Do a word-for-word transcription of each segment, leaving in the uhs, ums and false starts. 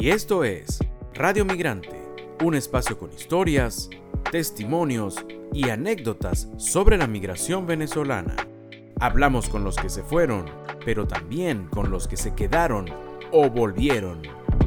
Y esto es Radio Migrante, un espacio con historias, testimonios y anécdotas sobre la migración venezolana. Hablamos con los que se fueron, pero también con los que se quedaron o volvieron.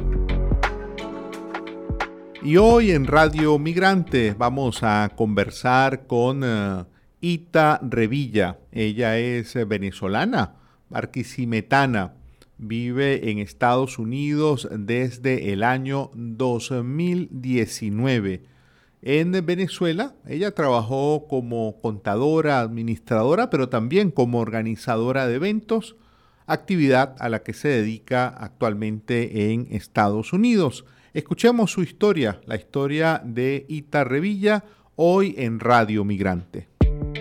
Y hoy en Radio Migrante vamos a conversar con uh, Ita Revilla. Ella es eh, venezolana, barquisimetana. Vive en Estados Unidos desde el año dos mil diecinueve. En Venezuela, ella trabajó como contadora, administradora, pero también como organizadora de eventos, actividad a la que se dedica actualmente en Estados Unidos. Escuchemos su historia, la historia de Ita Revilla, hoy en Radio Migrante.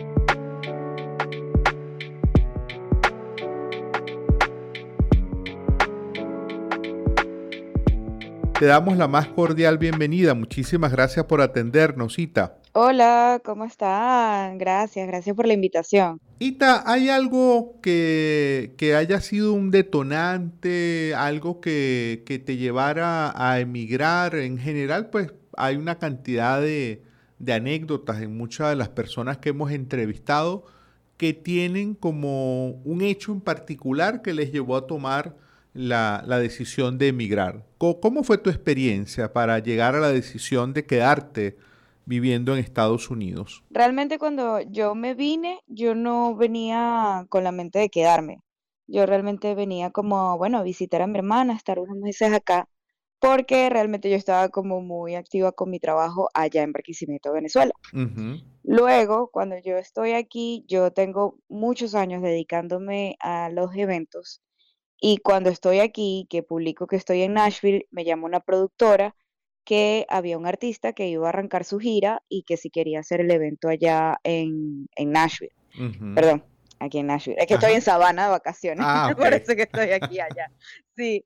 Te damos la más cordial bienvenida. Muchísimas gracias por atendernos, Ita. Hola, ¿cómo están? Gracias, gracias por la invitación. Ita, ¿hay algo que, que haya sido un detonante, algo que, que te llevara a emigrar? En general, pues hay una cantidad de, de anécdotas en muchas de las personas que hemos entrevistado que tienen como un hecho en particular que les llevó a tomar la, la decisión de emigrar. ¿Cómo, ¿Cómo fue tu experiencia para llegar a la decisión de quedarte viviendo en Estados Unidos? Realmente cuando yo me vine, yo no venía con la mente de quedarme. Yo realmente venía como, bueno, a visitar a mi hermana, estar unos meses acá, porque realmente yo estaba como muy activa con mi trabajo allá en Barquisimeto, Venezuela. Uh-huh. Luego, cuando yo estoy aquí, yo tengo muchos años dedicándome a los eventos y cuando estoy aquí, que publico que estoy en Nashville, me llama una productora que había un artista que iba a arrancar su gira y que si quería hacer el evento allá en, en Nashville. Uh-huh. Perdón, aquí en Nashville. Es que Ajá. estoy en Savannah de vacaciones, Ah, ok. por eso que estoy aquí allá. Sí,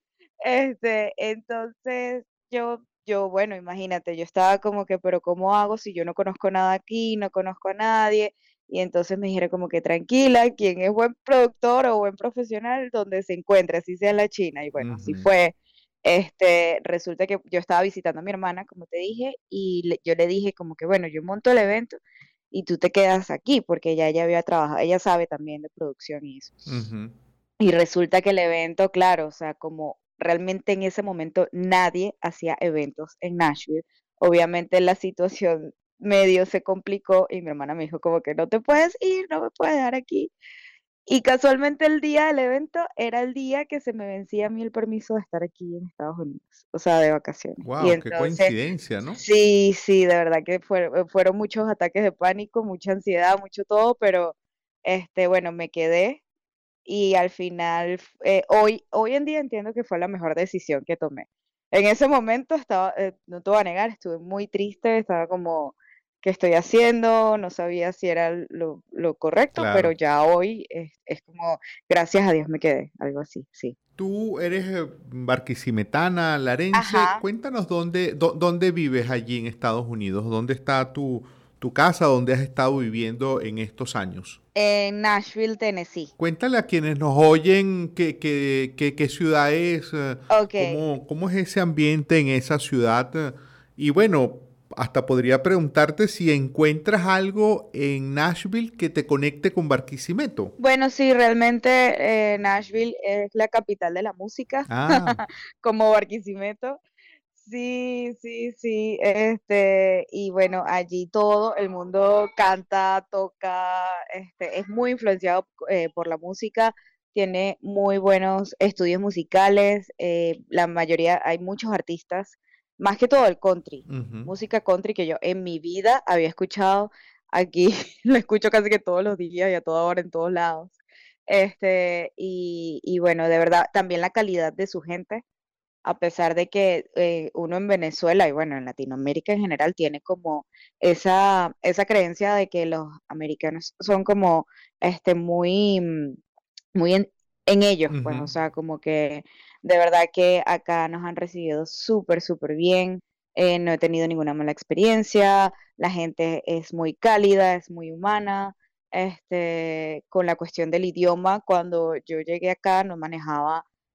este, entonces yo, yo, bueno, imagínate, yo estaba como que, pero ¿cómo hago si yo no conozco nada aquí, no conozco a nadie? Y entonces me dijeron como que tranquila, quien es buen productor o buen profesional, donde se encuentre, así sea en la China. Y bueno, así Uh-huh. fue. Este, resulta que yo estaba visitando a mi hermana, como te dije, y le- yo le dije como que, bueno, yo monto el evento y tú te quedas aquí, porque ya ella había trabajado, ella sabe también de producción y eso. Uh-huh. Y resulta que el evento, claro, o sea, como realmente en ese momento nadie hacía eventos en Nashville, obviamente la situación medio se complicó y mi hermana me dijo como que no te puedes ir, no me puedes dejar aquí. Y casualmente el día del evento era el día que se me vencía a mí el permiso de estar aquí en Estados Unidos, o sea, de vacaciones. Y Wow, qué entonces, coincidencia, ¿no? sí, sí, de verdad que fueron, fueron muchos ataques de pánico, mucha ansiedad, mucho todo, pero este, bueno, me quedé y al final, f- eh, hoy, hoy en día entiendo que fue la mejor decisión que tomé. En ese momento estaba, eh, no te voy a negar, estuve muy triste, estaba como, ¿qué estoy haciendo? No sabía si era lo, lo correcto, pero Claro. ya hoy es, es como, gracias a Dios me quedé, algo así, sí. Tú eres eh, barquisimetana, larense. Ajá. Cuéntanos dónde, dó- dónde vives allí en Estados Unidos. ¿Dónde está tu, tu casa? ¿Dónde has estado viviendo en estos años? En Nashville, Tennessee. Cuéntale a quienes nos oyen qué, qué, qué, qué ciudad es, eh, Ok. cómo, cómo es ese ambiente en esa ciudad. eh, Y bueno, hasta podría preguntarte si encuentras algo en Nashville que te conecte con Barquisimeto. Bueno, sí, realmente eh, Nashville es la capital de la música, Ah, como Barquisimeto. Sí, sí, sí, este, y bueno, allí todo el mundo canta, toca, este, es muy influenciado eh, por la música, tiene muy buenos estudios musicales, eh, la mayoría, hay muchos artistas, más que todo el country, ujú. música country que yo en mi vida había escuchado, aquí lo escucho casi que todos los días y a toda hora en todos lados. Este, y, y bueno, de verdad, también la calidad de su gente a pesar de que eh, uno en Venezuela y bueno, en Latinoamérica en general tiene como esa, esa creencia de que los americanos son como este muy, mm, muy en, en ellos, pues, o Ujú. sea, como que de verdad que acá nos han recibido súper, súper bien, eh, no he tenido ninguna mala experiencia, la gente es muy cálida, es muy humana, este, con la cuestión del idioma, cuando yo llegué acá no manejaba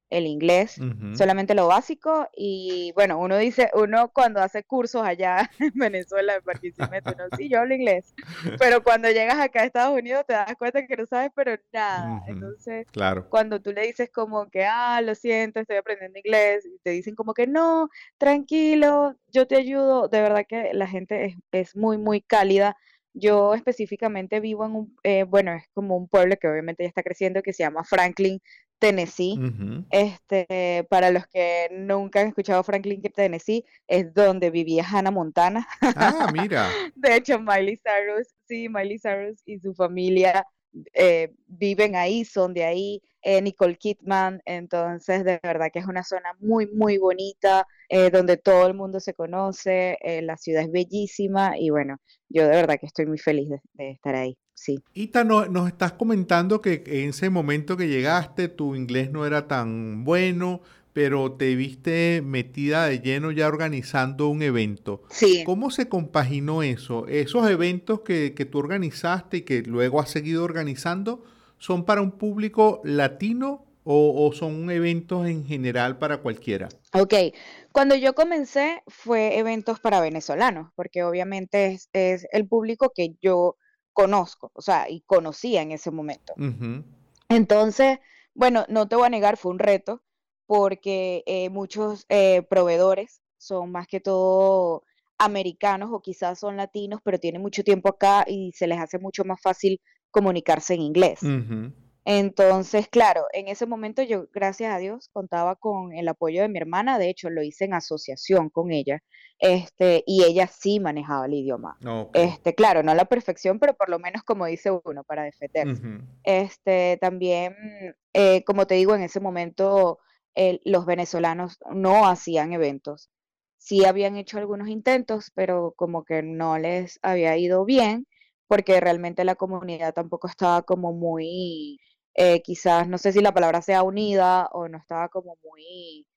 el inglés, Ujú. solamente lo básico. Y bueno, uno dice, uno cuando hace cursos allá en Venezuela, en Barquisimeto, uno sí, yo hablo inglés, pero cuando llegas acá a Estados Unidos te das cuenta que no sabes, pero nada. Ujú. Entonces, Claro. cuando tú le dices como que, ah, lo siento, estoy aprendiendo inglés, y te dicen como que no, tranquilo, yo te ayudo, de verdad que la gente es, es muy, muy cálida. Yo específicamente vivo en un, eh, bueno, es como un pueblo que obviamente ya está creciendo, que se llama Franklin, Tennessee. Ujú. Este, para los que nunca han escuchado Franklin, Tennessee, es donde vivía Hannah Montana. Ah, mira. De hecho, Miley Cyrus, sí, Miley Cyrus y su familia eh, viven ahí, son de ahí. eh, Nicole Kidman, entonces de verdad que es una zona muy, muy bonita, eh, donde todo el mundo se conoce, eh, la ciudad es bellísima y bueno, yo de verdad que estoy muy feliz de, de estar ahí, sí. Ita, no- nos estás comentando que en ese momento que llegaste tu inglés no era tan bueno, pero te viste metida de lleno ya organizando un evento. Sí, ¿Cómo se compaginó eso? ¿Esos eventos que, que tú organizaste y que luego has seguido organizando son para un público latino o, o son eventos en general para cualquiera? ok. Cuando yo comencé fue eventos para venezolanos, porque obviamente es, es el público que yo conozco, o sea, y conocía en ese momento. Ujú. Entonces, bueno, no te voy a negar, fue un reto, porque eh, muchos eh, proveedores son más que todo americanos o quizás son latinos, pero tienen mucho tiempo acá y se les hace mucho más fácil comunicarse en inglés. Ujú. Entonces, claro, en ese momento yo, gracias a Dios, contaba con el apoyo de mi hermana, de hecho lo hice en asociación con ella, este, y ella sí manejaba el idioma. Ok. Este, claro, no a la perfección, pero por lo menos como dice uno, para defenderse. Ujú. Este, también, eh, como te digo, en ese momento el- los venezolanos no hacían eventos. Sí habían hecho algunos intentos, pero como que no les había ido bien, porque realmente la comunidad tampoco estaba como muy eh, quizás, no sé si la palabra sea unida o no estaba como muy,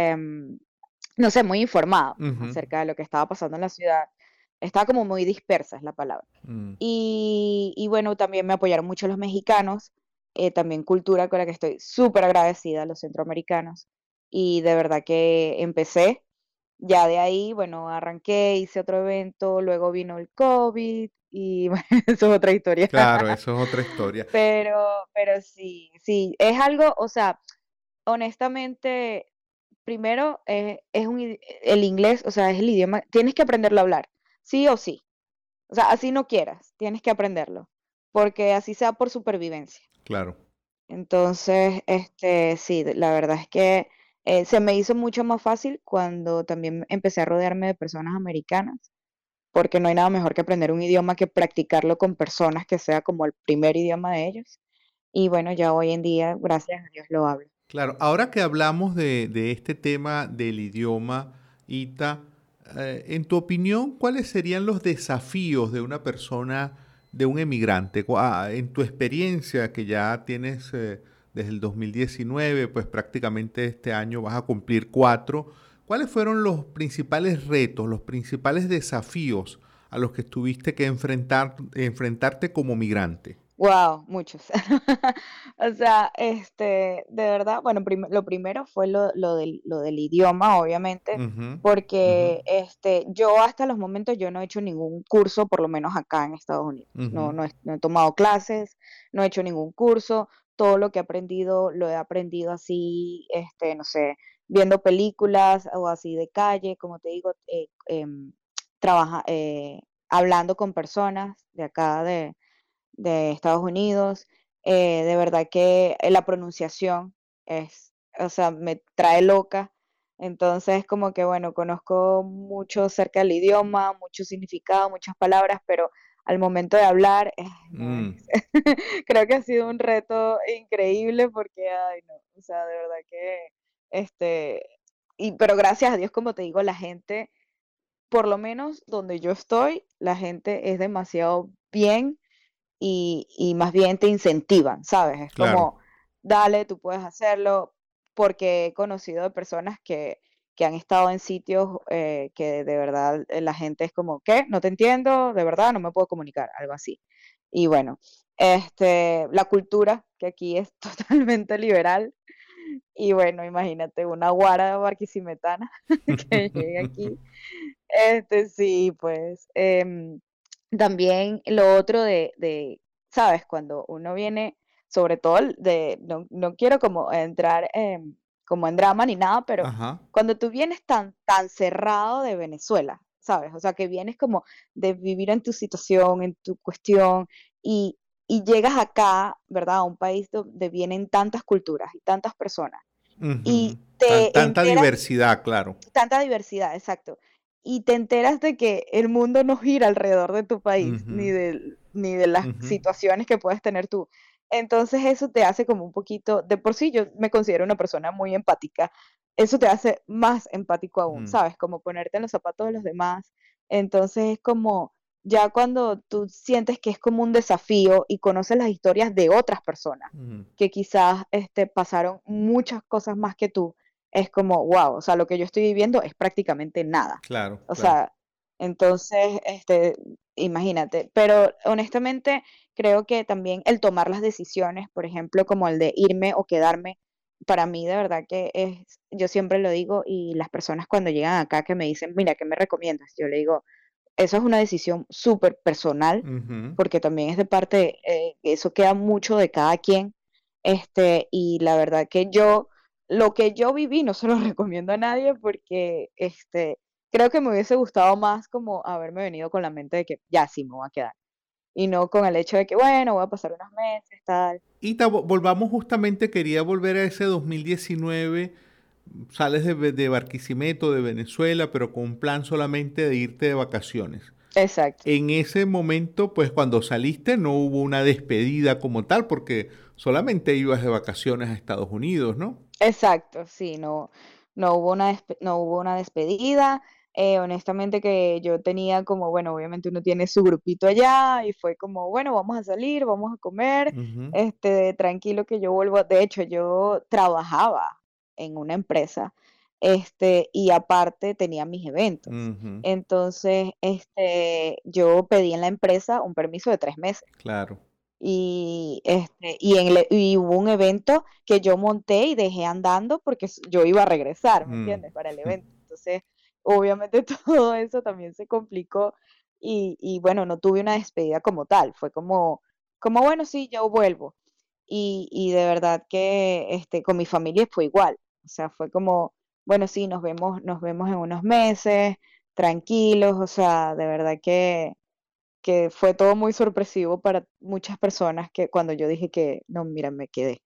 em, no sé, muy informada Ujú. acerca de lo que estaba pasando en la ciudad. Estaba como muy dispersa, es la palabra. Mm. Y, y bueno, también me apoyaron mucho los mexicanos, eh, también cultura con la que estoy súper agradecida, los centroamericanos. Y de verdad que empecé, ya de ahí, bueno, arranqué, hice otro evento, luego vino el COVID y bueno, eso es otra historia. Claro, eso es otra historia. Pero pero sí, sí, es algo, o sea, honestamente, primero, eh, es un idi el inglés, o sea, es el idioma tienes que aprenderlo a hablar, sí o sí. O sea, así no quieras, tienes que aprenderlo, porque así sea por supervivencia. Claro. Entonces, este, sí, de la verdad es que, eh, se me hizo mucho más fácil cuando también empecé a rodearme de personas americanas, porque no hay nada mejor que aprender un idioma que practicarlo con personas que sea como el primer idioma de ellos. Y bueno, ya hoy en día, gracias a Dios, lo hablo. Claro, ahora que hablamos de, de este tema del idioma, Ita, eh, en tu opinión, ¿cuáles serían los desafíos de una persona, de un emigrante? Cu- ah, En tu experiencia, que ya tienes eh, desde el dos mil diecinueve, pues prácticamente este año vas a cumplir cuatro, ¿cuáles fueron los principales retos, los principales desafíos a los que tuviste que enfrentar, enfrentarte como migrante? Wow, muchos. O sea, este, de verdad, bueno, prim lo primero fue lo lo del lo del idioma, obviamente, Ujú. Ujú. porque, este, yo hasta los momentos yo no he hecho ningún curso, por lo menos acá en Estados Unidos. No Ujú. no he no he tomado clases, no he hecho ningún curso. Todo lo que he aprendido, lo he aprendido así, este, no sé, viendo películas o así de calle, como te digo, eh, em, trabaja eh, hablando con personas de acá de de Estados Unidos. Eh, de verdad que eh, la pronunciación es, o sea, me trae loca. Entonces, como que, bueno, conozco mucho acerca del idioma, mucho significado, muchas palabras, pero al momento de hablar, eh, no es. Mm. Creo que ha sido un reto increíble porque, ay, no, o sea, de verdad que, este, y, pero gracias a Dios, como te digo, la gente, por lo menos donde yo estoy, la gente es demasiado bien y y más bien te incentivan, ¿sabes? Es Claro. como, dale, tú puedes hacerlo, porque he conocido de personas que que han estado en sitios, eh, que de verdad, eh, la gente es como: "¿Qué? No te entiendo, de verdad, no me puedo comunicar", algo así. Y bueno, este, la cultura, que aquí es totalmente liberal, Y bueno, imagínate una guara barquisimetana que llegue aquí. Este, sí, pues, em, también lo otro de de, ¿sabes? Cuando uno viene, sobre todo el de no no quiero como entrar en como en drama ni nada, pero Ajá. cuando tú vienes tan tan cerrado de Venezuela, ¿sabes? O sea, que vienes como de vivir en tu situación, en tu cuestión, y y llegas acá, ¿verdad? A un país donde vienen tantas culturas y tantas personas, Ujú. y Tan te tanta enteras diversidad, claro. tanta diversidad, exacto. Y te enteras de que el mundo no gira alrededor de tu país, ni Ujú, del ni de las ujú, situaciones que puedes tener tú. Entonces, eso te hace como un poquito de por sí, yo me considero una persona muy empática. Eso te hace más empático aún, mm, ¿sabes? Como ponerte en los zapatos de los demás. Entonces, es como ya cuando tú sientes que es como un desafío y conoces las historias de otras personas ujú. que quizás, este, pasaron muchas cosas más que tú, es como, wow, o sea, lo que yo estoy viviendo es prácticamente nada. Claro, O claro. sea, entonces, este, imagínate. Pero honestamente, creo que también el tomar las decisiones, por ejemplo, como el de irme o quedarme, para mí de verdad que es, yo siempre lo digo y las personas cuando llegan acá que me dicen, mira, ¿qué me recomiendas? Yo le digo, eso es una decisión súper personal, Ujú. porque también es de parte, eh, eso queda mucho de cada quien. Este, y la verdad que yo, lo que yo viví no se lo recomiendo a nadie porque, este, creo que me hubiese gustado más como haberme venido con la mente de que ya sí me voy a quedar. Y no con el hecho de que, bueno, voy a pasar unos meses, tal. Y ta- vo- volvamos justamente, quería volver a ese dos mil diecinueve, sales de, Ve- de Barquisimeto, de Venezuela, pero con un plan solamente de irte de vacaciones. Exacto. En ese momento, pues cuando saliste no hubo una despedida como tal, porque solamente ibas de vacaciones a Estados Unidos, ¿no? Exacto, sí, no, no hubo una despe no hubo una despedida, eh, honestamente que yo tenía como, bueno, obviamente uno tiene su grupito allá y fue como, bueno, vamos a salir, vamos a comer, Ujú, este, tranquilo que yo vuelvo. De hecho, yo trabajaba en una empresa, este, y aparte tenía mis eventos. ujú, Entonces, este, yo pedí en la empresa un permiso de tres meses. claro. Y, este, y en el y hubo un evento que yo monté y dejé andando porque s yo iba a regresar, ¿me Mm. entiendes? Para el evento. Entonces, obviamente, todo eso también se complicó y y bueno, no tuve una despedida como tal, fue como como, bueno, sí, yo vuelvo. Y y de verdad que, este, con mi familia fue igual. O sea, fue como, bueno, sí, nos vemos nos vemos en unos meses, tranquilos, o sea, de verdad que que fue todo muy sorpresivo para muchas personas que cuando yo dije que no, mira, me quedé.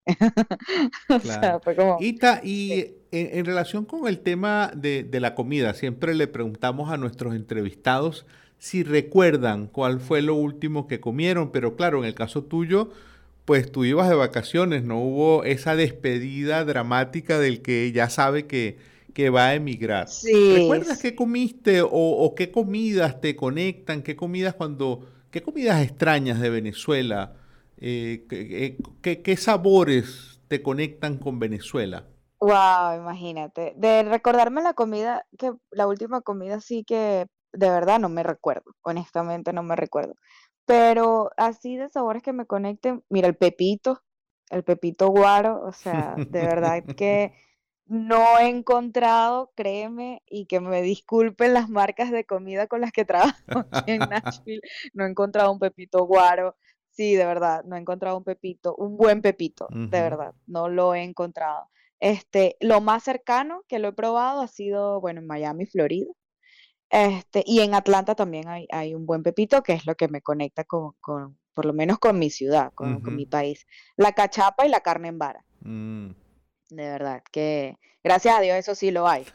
O Claro. sea, fue como, Ita, sí. y en, en relación con el tema de, de la comida, siempre le preguntamos a nuestros entrevistados si recuerdan cuál fue lo último que comieron, pero claro, en el caso tuyo, pues tú ibas de vacaciones, no hubo esa despedida dramática del que ya sabe que, que va a emigrar. Sí, ¿Recuerdas qué sí. comiste o, o qué comidas te conectan? ¿Qué comidas cuando, qué comidas extrañas de Venezuela? Eh, ¿qué, qué- qué- qué sabores te conectan con Venezuela? Wow, imagínate. De recordarme la comida, que la última comida sí que de verdad no me recuerdo, honestamente no me recuerdo. Pero así de sabores que me conecten, mira, el pepito, el pepito guaro, o sea, de verdad que no he encontrado, créeme, y que me disculpen las marcas de comida con las que trabajo aquí en Nashville, no he encontrado un pepito guaro. Sí, de verdad, no he encontrado un pepito, un buen pepito, de Ujú, verdad, no lo he encontrado. Este, lo más cercano que lo he probado ha sido, bueno, en Miami, Florida. Este, y en Atlanta también hay, hay un buen pepito, que es lo que me conecta con, con, por lo menos con mi ciudad, con, con ujú, mi país. La cachapa y la carne en vara. mm. De verdad que, gracias a Dios, eso sí lo hay.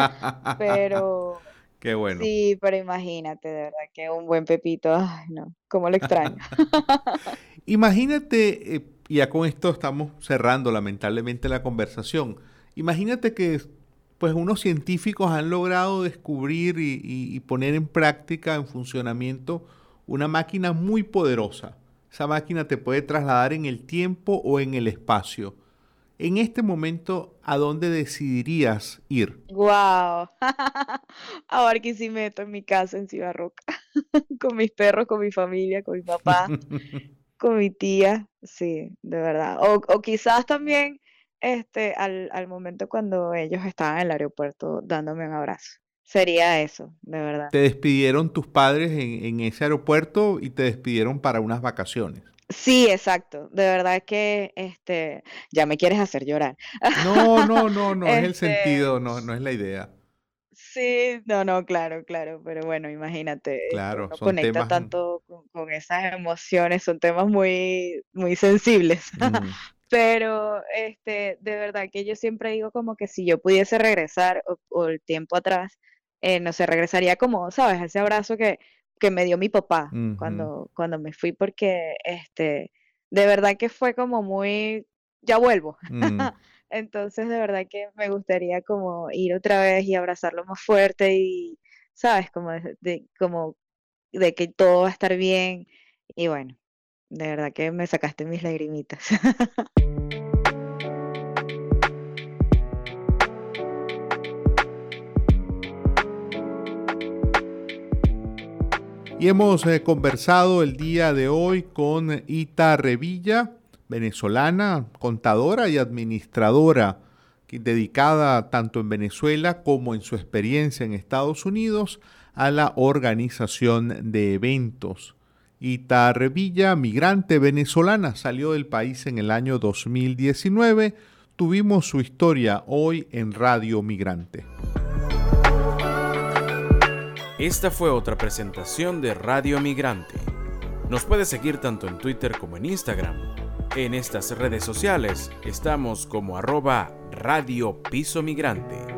Pero Qué bueno. sí, pero imagínate, de verdad que un buen pepito, ay, no, cómo lo extraño. Imagínate, eh, y ya con esto estamos cerrando lamentablemente la conversación. Imagínate que pues unos científicos han logrado descubrir y, y- y poner en práctica, en funcionamiento, una máquina muy poderosa. Esa máquina te puede trasladar en el tiempo o en el espacio. En este momento, ¿a dónde decidirías ir? Guau. A Barquisimeto, en mi casa en Ciudad Roca, con mis perros, con mi familia, con mi papá, con mi tía, sí, de verdad. O o quizás también, este, al, al momento cuando ellos estaban en el aeropuerto dándome un abrazo. Sería eso, de verdad. Te despidieron tus padres en, en ese aeropuerto y te despidieron para unas vacaciones. Sí, exacto. De verdad que, este, ya me quieres hacer llorar. No, no, no, no es el Este, sentido, no, no es la idea. sí, no, no, claro, claro, pero bueno, imagínate, este, Claro, uno son conecta temas. tanto con, con esas emociones, son temas muy, muy sensibles. mm, Pero, este, de verdad que yo siempre digo como que si yo pudiese regresar o, o el tiempo atrás, eh, no sé, regresaría como, ¿sabes? Ese abrazo que, que me dio mi papá ujú, cuando, cuando me fui, porque, este, de verdad que fue como muy, ya vuelvo. mm. Entonces, de verdad que me gustaría como ir otra vez y abrazarlo más fuerte y, ¿sabes? Como de, de- como de que todo va a estar bien. Y bueno, de verdad que me sacaste mis lagrimitas. Y hemos eh, conversado el día de hoy con Ita Revilla, venezolana, contadora y administradora, que- dedicada tanto en Venezuela como en su experiencia en Estados Unidos a la organización de eventos. Ita Revilla, migrante venezolana, salió del país en el año dos mil diecinueve. Tuvimos su historia hoy en Radio Migrante. Esta fue otra presentación de Radio Migrante. Nos puedes seguir tanto en Twitter como en Instagram. En estas redes sociales estamos como arroba Radio Piso Migrante.